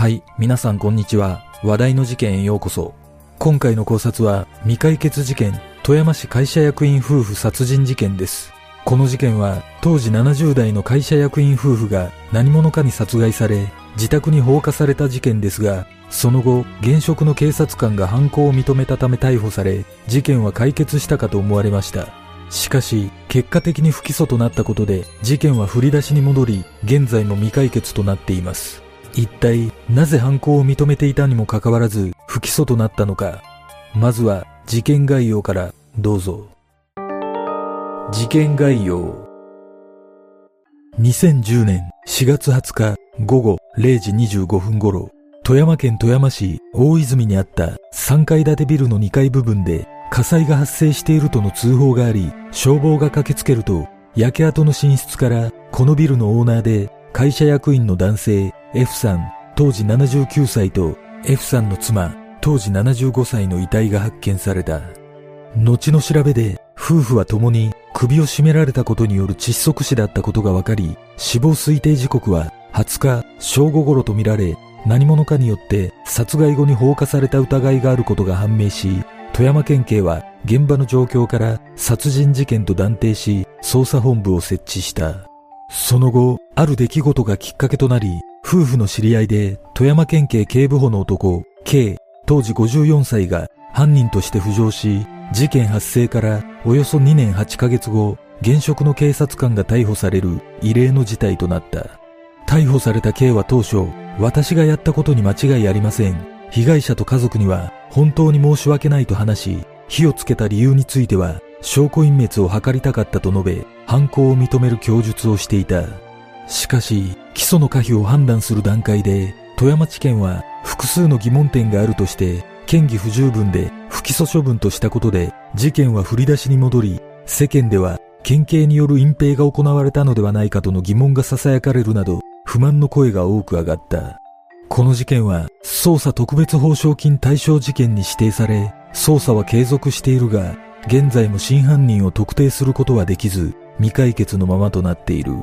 はい、皆さんこんにちは。話題の事件へようこそ。今回の考察は未解決事件、富山市会社役員夫婦殺人事件です。この事件は当時70代の会社役員夫婦が何者かに殺害され、自宅に放火された事件ですが、その後、現職の警察官が犯行を認めたため逮捕され、事件は解決したかと思われました。しかし、結果的に不起訴となったことで、事件は振り出しに戻り、現在も未解決となっています。一体、なぜ犯行を認めていたにもかかわらず、不起訴となったのか。まずは、事件概要からどうぞ。事件概要。2010年4月20日午後0時25分頃、富山県富山市大泉にあった3階建てビルの2階部分で火災が発生しているとの通報があり、消防が駆けつけると、焼け跡の寝室からこのビルのオーナーで会社役員の男性 F さん当時79歳と F さんの妻当時75歳の遺体が発見された。後の調べで夫婦は共に首を絞められたことによる窒息死だったことが分かり、死亡推定時刻は20日正午頃とみられ、何者かによって殺害後に放火された疑いがあることが判明し、富山県警は現場の状況から殺人事件と断定し、捜査本部を設置した。その後、ある出来事がきっかけとなり、夫婦の知り合いで富山県警警部補の男 K 当時54歳が犯人として浮上し、事件発生からおよそ2年8ヶ月後、現職の警察官が逮捕される異例の事態となった。逮捕された K は当初、私がやったことに間違いありません。被害者と家族には本当に申し訳ないと話し、火をつけた理由については証拠隠滅を図りたかったと述べ、犯行を認める供述をしていた。しかし、起訴の可否を判断する段階で、富山地検は複数の疑問点があるとして、嫌疑不十分で不起訴処分としたことで、事件は振り出しに戻り、世間では県警による隠蔽が行われたのではないかとの疑問が囁かれるなど、不満の声が多く上がった。この事件は捜査特別報奨金対象事件に指定され、捜査は継続しているが、現在も真犯人を特定することはできず、未解決のままとなっている。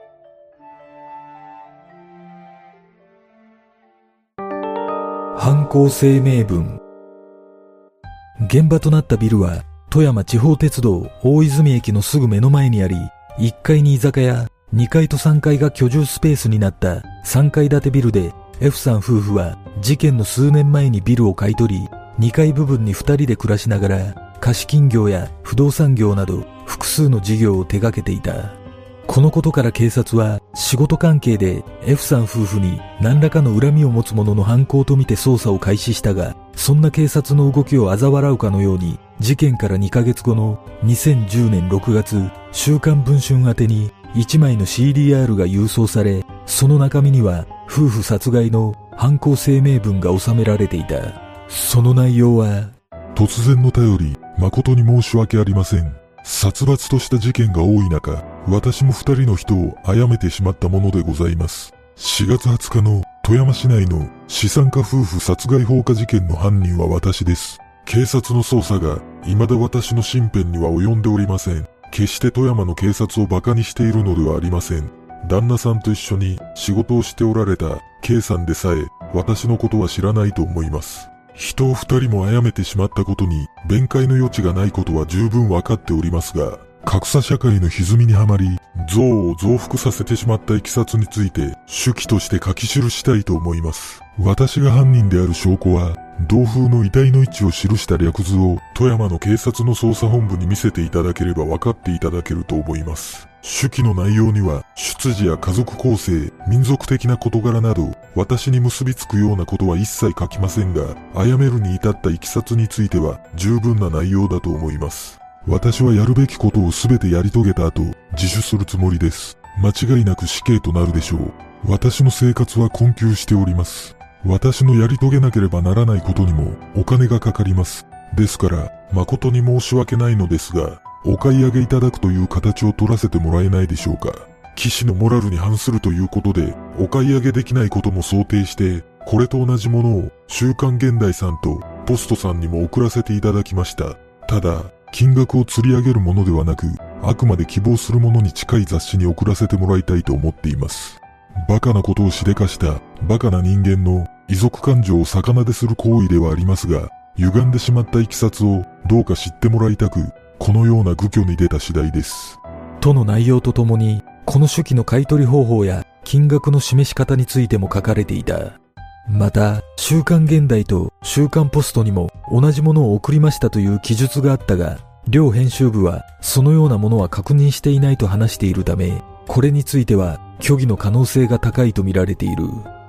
犯行声明文。現場となったビルは富山地方鉄道大泉駅のすぐ目の前にあり、1階に居酒屋、2階と3階が居住スペースになった3階建てビルで、 F さん夫婦は事件の数年前にビルを買い取り、2階部分に2人で暮らしながら貸金業や不動産業など複数の事業を手掛けていた。このことから警察は仕事関係で F さん夫婦に何らかの恨みを持つ者の犯行とみて捜査を開始したが、そんな警察の動きを嘲笑うかのように、事件から2ヶ月後の2010年6月、週刊文春宛てに1枚の CDR が郵送され、その中身には夫婦殺害の犯行声明文が収められていた。その内容は、 突然の便り、誠に申し訳ありません。殺伐とした事件が多い中、私も2人の人を殺めてしまったものでございます。4月20日の富山市内の資産家夫婦殺害放火事件の犯人は私です。警察の捜査が未だ私の身辺には及んでおりません。決して富山の警察を馬鹿にしているのではありません。旦那さんと一緒に仕事をしておられた K さんでさえ私のことは知らないと思います。人を2人も殺めてしまったことに弁解の余地がないことは十分わかっておりますが、格差社会の歪みにはまり、憎悪を増幅させてしまった経緯について手記として書き記したいと思います。私が犯人である証拠は、同風の遺体の位置を記した略図を富山の警察の捜査本部に見せていただければ分かっていただけると思います。手記の内容には出自や家族構成、民族的な事柄など私に結びつくようなことは一切書きませんが、殺めるに至った経緯については十分な内容だと思います。私はやるべきことを全てやり遂げた後、自首するつもりです。間違いなく死刑となるでしょう。私の生活は困窮しております。私のやり遂げなければならないことにもお金がかかります。ですから、誠に申し訳ないのですが、お買い上げいただくという形を取らせてもらえないでしょうか。騎士のモラルに反するということで、お買い上げできないことも想定して、これと同じものを週刊現代さんとポストさんにも送らせていただきました。ただ、金額を釣り上げるものではなく、あくまで希望するものに近い雑誌に送らせてもらいたいと思っています。バカなことをしでかしたバカな人間の遺族感情を逆なでする行為ではありますが、歪んでしまった経緯をどうか知ってもらいたく、このような愚挙に出た次第です。 との内容とともに、この手記の買取方法や金額の示し方についても書かれていた。また、週刊現代と週刊ポストにも同じものを送りましたという記述があったが、両編集部はそのようなものは確認していないと話しているため、これについては虚偽の可能性が高いと見られている。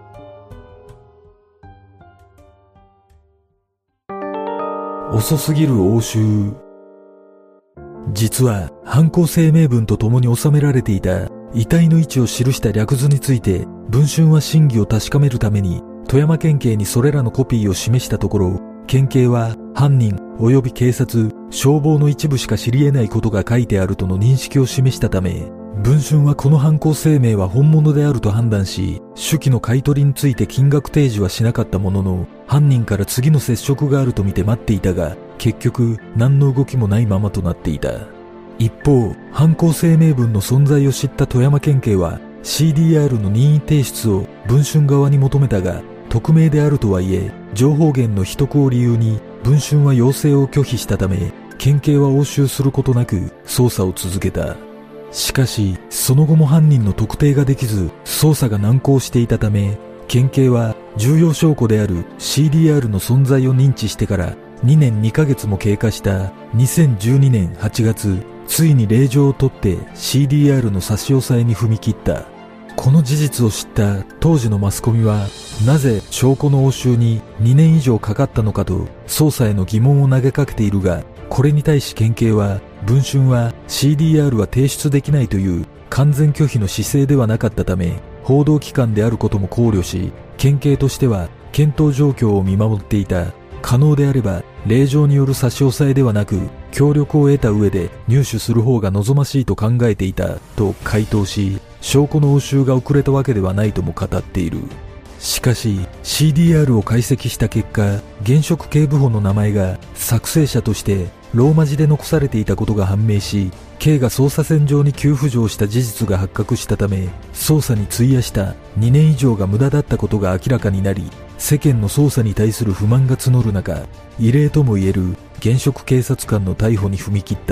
遅すぎる押収。実は犯行声明文とともに収められていた遺体の位置を記した略図について、文春は真偽を確かめるために富山県警にそれらのコピーを示したところ、県警は犯人及び警察、消防の一部しか知り得ないことが書いてあるとの認識を示したため、文春はこの犯行声明は本物であると判断し、手記の買い取りについて金額提示はしなかったものの、犯人から次の接触があると見て待っていたが、結局何の動きもないままとなっていた。一方、犯行声明文の存在を知った富山県警は CDR の任意提出を文春側に求めたが、匿名であるとはいえ情報源の秘匿を理由に文春は要請を拒否したため、県警は押収することなく捜査を続けた。しかしその後も犯人の特定ができず、捜査が難航していたため、県警は重要証拠である CDR の存在を認知してから2年2ヶ月も経過した2012年8月、ついに令状を取って CDR の差し押さえに踏み切った。この事実を知った当時のマスコミは、なぜ証拠の押収に2年以上かかったのかと捜査への疑問を投げかけているが、これに対し県警は、文春は CDR は提出できないという完全拒否の姿勢ではなかったため、報道機関であることも考慮し、県警としては検討状況を見守っていた。可能であれば令状による差し押さえではなく、協力を得た上で入手する方が望ましいと考えていたと回答し、証拠の押収が遅れたわけではないとも語っている。しかし CDR を解析した結果、現職警部補の名前が作成者としてローマ字で残されていたことが判明し、K が捜査線上に急浮上した事実が発覚したため、捜査に費やした2年以上が無駄だったことが明らかになり、世間の捜査に対する不満が募る中、異例ともいえる現職警察官の逮捕に踏み切った。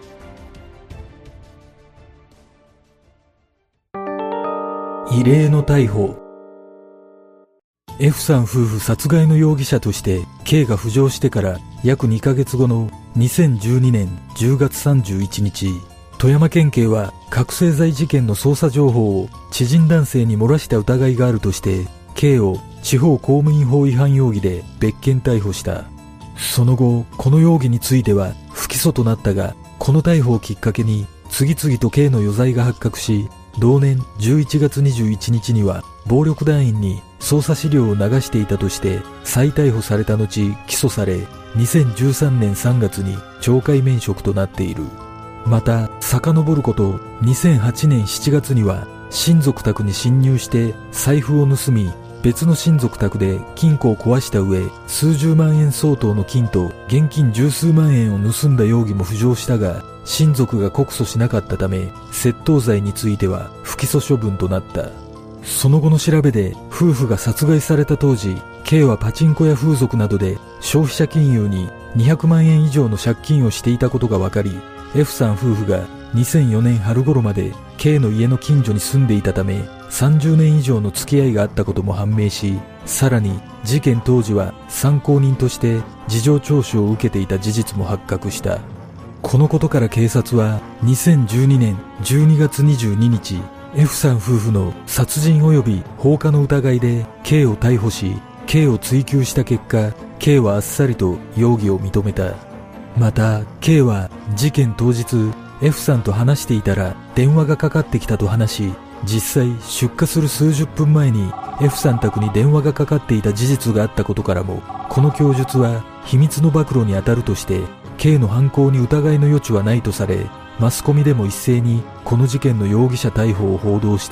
異例の逮捕。F さん夫婦殺害の容疑者として K が浮上してから約2ヶ月後の2012年10月31日、富山県警は覚醒剤事件の捜査情報を知人男性に漏らした疑いがあるとして、K を地方公務員法違反容疑で別件逮捕した。その後、この容疑については不起訴となったが、この逮捕をきっかけに次々と K の余罪が発覚し、同年11月21日には暴力団員に捜査資料を流していたとして再逮捕された後起訴され、2013年3月に懲戒免職となっている。また遡ること2008年7月には親族宅に侵入して財布を盗み、別の親族宅で金庫を壊した上、数十万円相当の金と現金十数万円を盗んだ容疑も浮上したが、親族が告訴しなかったため、窃盗罪については不起訴処分となった。その後の調べで、夫婦が殺害された当時、K はパチンコや風俗などで消費者金融に200万円以上の借金をしていたことが分かり、F さん夫婦が2004年春頃まで K の家の近所に住んでいたため、30年以上の付き合いがあったことも判明し、さらに事件当時は参考人として事情聴取を受けていた事実も発覚した。このことから警察は2012年12月22日、F さん夫婦の殺人及び放火の疑いで K を逮捕し、K を追及した結果、K はあっさりと容疑を認めた。また K は事件当日 F さんと話していたら電話がかかってきたと話し、実際出火する数十分前に F さん宅に電話がかかっていた事実があったことからも、この供述は秘密の暴露に当たるとして K の犯行に疑いの余地はないとされ、マスコミでも一斉にこの事件の容疑者逮捕を報道した。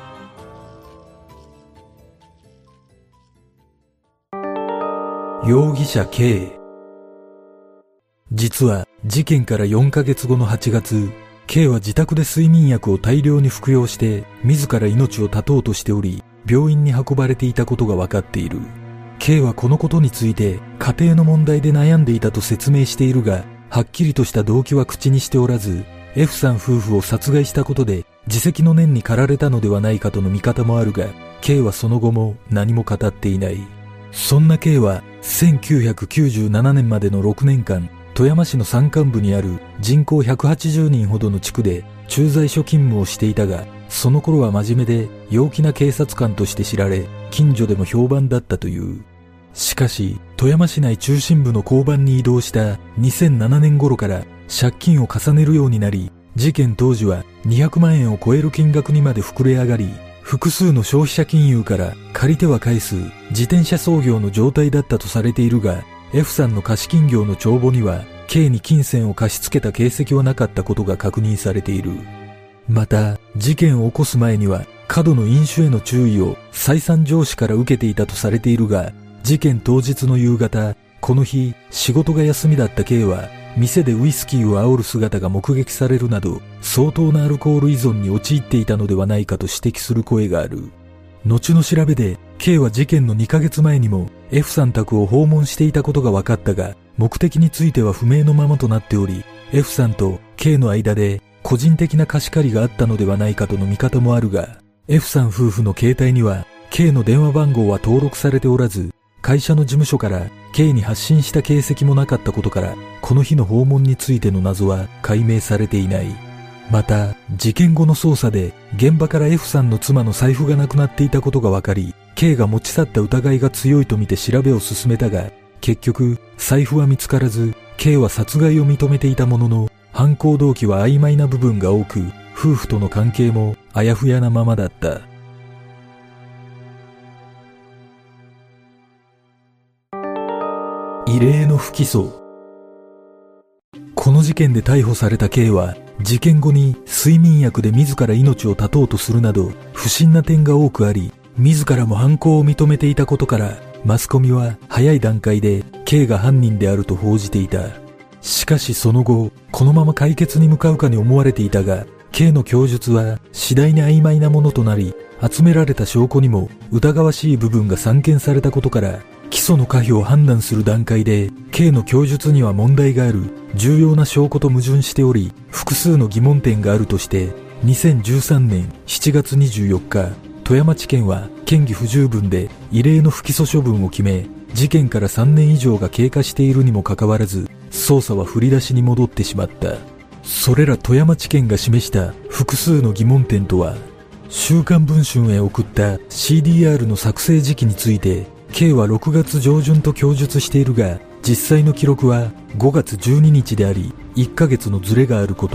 容疑者 K。 実は事件から4ヶ月後の8月、K は自宅で睡眠薬を大量に服用して自ら命を絶とうとしており、 病院に運ばれていたことが分かっている。K はこのことについて家庭の問題で悩んでいたと説明しているが、はっきりとした動機は口にしておらず、F さん夫婦を殺害したことで自責の念に駆られたのではないかとの見方もあるが、K はその後も何も語っていない。そんな K は1997年までの6年間、富山市の山間部にある人口180人ほどの地区で駐在所勤務をしていたが、その頃は真面目で陽気な警察官として知られ、近所でも評判だったという。しかし、富山市内中心部の交番に移動した2007年頃から借金を重ねるようになり、事件当時は200万円を超える金額にまで膨れ上がり、複数の消費者金融から借りては返す自転車操業の状態だったとされているが、F さんの貸金業の帳簿には K に金銭を貸し付けた形跡はなかったことが確認されている。また、事件を起こす前には過度の飲酒への注意を再三上司から受けていたとされているが、事件当日の夕方、この日仕事が休みだった K は店でウイスキーを煽る姿が目撃されるなど、相当なアルコール依存に陥っていたのではないかと指摘する声がある。後の調べで K は事件の2ヶ月前にも F さん宅を訪問していたことが分かったが、目的については不明のままとなっており、F さんと K の間で個人的な貸し借りがあったのではないかとの見方もあるが、F さん夫婦の携帯には K の電話番号は登録されておらず、会社の事務所から K に発信した形跡もなかったことから、この日の訪問についての謎は解明されていない。また、事件後の捜査で現場から F さんの妻の財布がなくなっていたことが分かり、K が持ち去った疑いが強いとみて調べを進めたが、結局財布は見つからず、K は殺害を認めていたものの、犯行動機は曖昧な部分が多く、夫婦との関係もあやふやなままだった。異例の不起訴。この事件で逮捕された K は、事件後に睡眠薬で自ら命を絶とうとするなど不審な点が多くあり、自らも犯行を認めていたことから、マスコミは早い段階で K が犯人であると報じていた。しかしその後、このまま解決に向かうかに思われていたが、K の供述は次第に曖昧なものとなり、集められた証拠にも疑わしい部分が散見されたことから、起訴の可否を判断する段階で K の供述には問題がある、重要な証拠と矛盾しており、複数の疑問点があるとして、2013年7月24日、富山地検は嫌疑不十分で異例の不起訴処分を決め、事件から3年以上が経過しているにもかかわらず、捜査は振り出しに戻ってしまった。それら富山地検が示した複数の疑問点とは、週刊文春へ送った CDR の作成時期について、K は6月上旬と供述しているが、実際の記録は5月12日であり、1ヶ月のズレがあること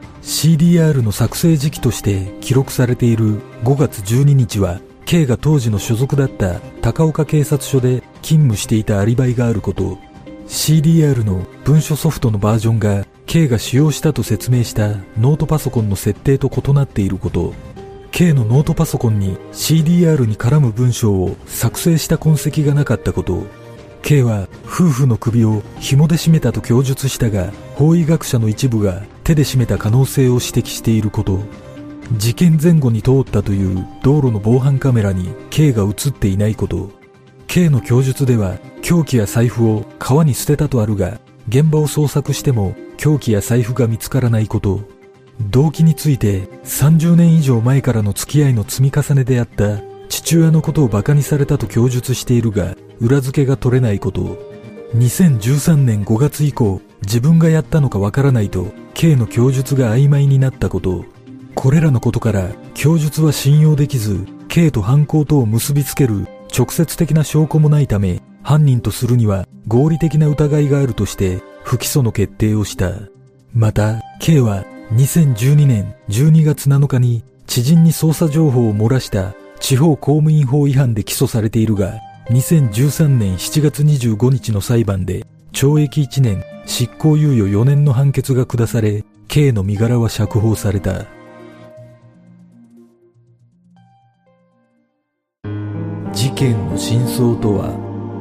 。CDR の作成時期として記録されている5月12日は、K が当時の所属だった高岡警察署で勤務していたアリバイがあること。CDR の文書ソフトのバージョンが K が使用したと説明したノートパソコンの設定と異なっていること。K のノートパソコンに CDR に絡む文章を作成した痕跡がなかったこと。K は夫婦の首を紐で絞めたと供述したが、法医学者の一部が手で絞めた可能性を指摘していること。事件前後に通ったという道路の防犯カメラに K が映っていないこと。K の供述では凶器や財布を川に捨てたとあるが、現場を捜索しても凶器や財布が見つからないこと。動機について30年以上前からの付き合いの積み重ねであった父親のことをバカにされたと供述しているが、裏付けが取れないこと。2013年5月以降、自分がやったのかわからないと K の供述が曖昧になったこと。これらのことから供述は信用できず、 K と犯行とを結びつける直接的な証拠もないため、犯人とするには合理的な疑いがあるとして不起訴の決定をした。また K は2012年12月7日に知人に捜査情報を漏らした地方公務員法違反で起訴されているが、2013年7月25日の裁判で懲役1年執行猶予4年の判決が下され、 K の身柄は釈放された。事件の真相とは。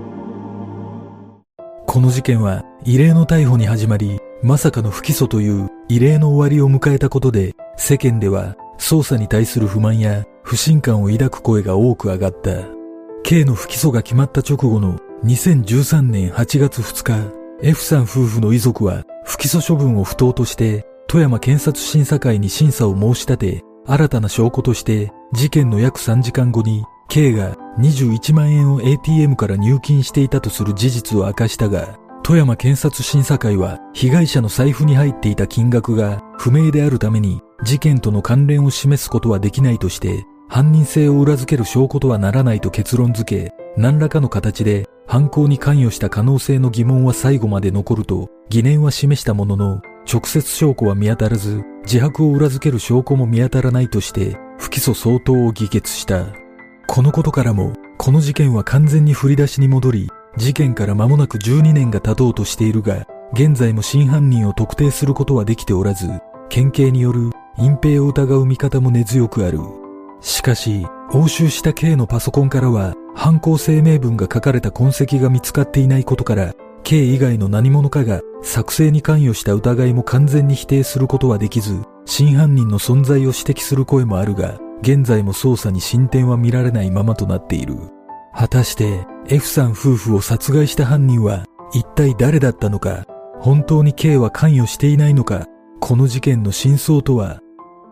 この事件は異例の逮捕に始まり、まさかの不起訴という異例の終わりを迎えたことで、世間では捜査に対する不満や不信感を抱く声が多く上がった。K の不起訴が決まった直後の2013年8月2日、F さん夫婦の遺族は不起訴処分を不当として富山検察審査会に審査を申し立て、新たな証拠として事件の約3時間後に K が21万円を ATM から入金していたとする事実を明かしたが、富山検察審査会は被害者の財布に入っていた金額が不明であるために事件との関連を示すことはできないとして犯人性を裏付ける証拠とはならないと結論付け、何らかの形で犯行に関与した可能性の疑問は最後まで残ると疑念は示したものの、直接証拠は見当たらず自白を裏付ける証拠も見当たらないとして不起訴相当を議決した。このことからもこの事件は完全に振り出しに戻り、事件から間もなく12年が経とうとしているが、現在も真犯人を特定することはできておらず、県警による隠蔽を疑う見方も根強くある。しかし、押収した K のパソコンからは、犯行声明文が書かれた痕跡が見つかっていないことから、K 以外の何者かが作成に関与した疑いも完全に否定することはできず、真犯人の存在を指摘する声もあるが、現在も捜査に進展は見られないままとなっている。果たして F さん夫婦を殺害した犯人は一体誰だったのか、本当に K は関与していないのか、この事件の真相とは。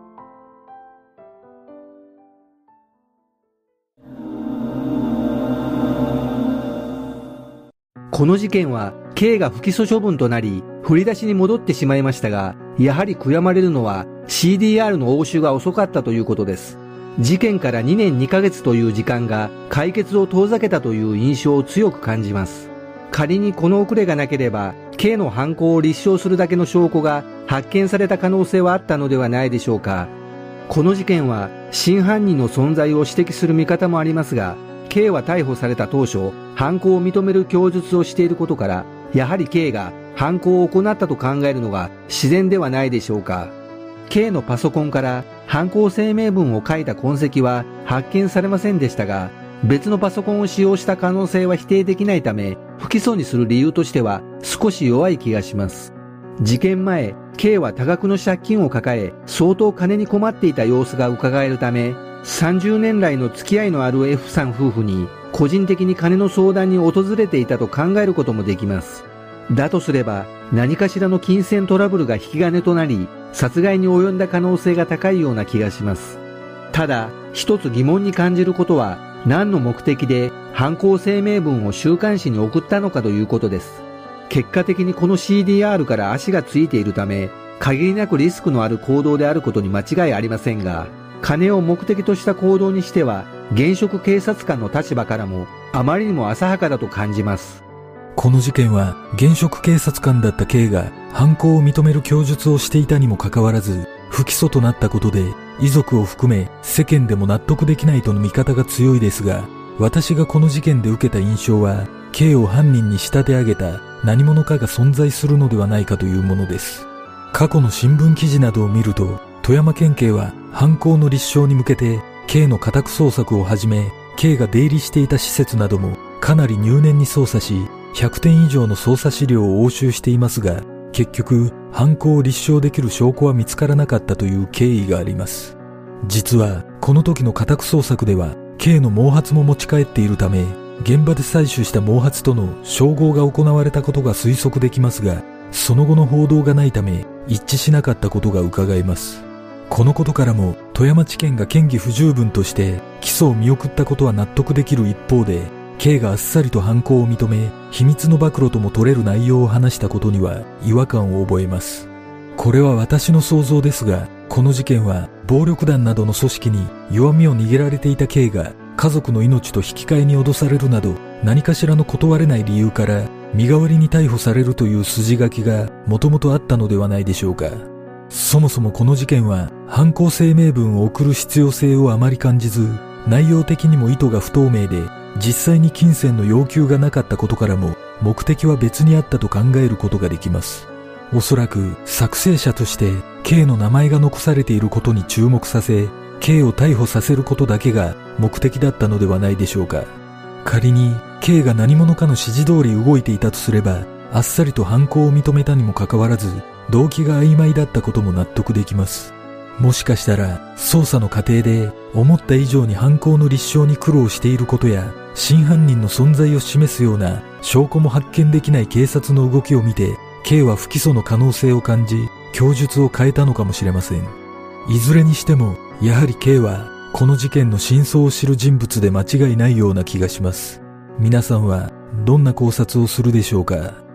この事件は K が不起訴処分となり振り出しに戻ってしまいましたが、やはり悔やまれるのは CDR の押収が遅かったということです。事件から2年2ヶ月という時間が解決を遠ざけたという印象を強く感じます。仮にこの遅れがなければ K の犯行を立証するだけの証拠が発見された可能性はあったのではないでしょうか。この事件は真犯人の存在を指摘する見方もありますが、K は逮捕された当初、犯行を認める供述をしていることから、やはり K が犯行を行ったと考えるのが自然ではないでしょうか。K のパソコンから犯行声明文を書いた痕跡は発見されませんでしたが、別のパソコンを使用した可能性は否定できないため、不起訴にする理由としては少し弱い気がします。事件前、K は多額の借金を抱え、相当金に困っていた様子が伺えるため、30年来の付き合いのある F さん夫婦に個人的に金の相談に訪れていたと考えることもできます。だとすれば何かしらの金銭トラブルが引き金となり殺害に及んだ可能性が高いような気がします。ただ一つ疑問に感じることは、何の目的で犯行声明文を週刊誌に送ったのかということです。結果的にこの CDR から足がついているため、限りなくリスクのある行動であることに間違いありませんが、金を目的とした行動にしては現職警察官の立場からもあまりにも浅はかだと感じます。 この事件は現職警察官だった K が犯行を認める供述をしていたにもかかわらず、不起訴となったことで遺族を含め世間でも納得できないとの見方が強いですが、私がこの事件で受けた印象は K を犯人に仕立て上げた何者かが存在するのではないかというものです。過去の新聞記事などを見ると、富山県警は犯行の立証に向けて K の家宅捜索をはじめ、 K が出入りしていた施設などもかなり入念に捜査し、100点以上の捜査資料を押収していますが、結局犯行を立証できる証拠は見つからなかったという経緯があります。実はこの時の家宅捜索では K の毛髪も持ち帰っているため、現場で採取した毛髪との照合が行われたことが推測できますが、その後の報道がないため一致しなかったことが伺えます。このことからも富山地検が嫌疑不十分として起訴を見送ったことは納得できる一方で、 K があっさりと犯行を認め秘密の暴露とも取れる内容を話したことには違和感を覚えます。これは私の想像ですが、この事件は暴力団などの組織に弱みを握られていた K が家族の命と引き換えに脅されるなど、何かしらの断れない理由から身代わりに逮捕されるという筋書きがもともとあったのではないでしょうか。そもそもこの事件は犯行声明文を送る必要性をあまり感じず、内容的にも意図が不透明で、実際に金銭の要求がなかったことからも目的は別にあったと考えることができます。おそらく作成者として K の名前が残されていることに注目させ、 K を逮捕させることだけが目的だったのではないでしょうか。仮に K が何者かの指示通り動いていたとすれば、あっさりと犯行を認めたにもかかわらず動機が曖昧だったことも納得できます。 もしかしたら捜査の過程で思った以上に犯行の立証に苦労していることや、真犯人の存在を示すような証拠も発見できない警察の動きを見て、K は不起訴の可能性を感じ、供述を変えたのかもしれません。いずれにしても、やはり K はこの事件の真相を知る人物で間違いないような気がします。皆さんはどんな考察をするでしょうか。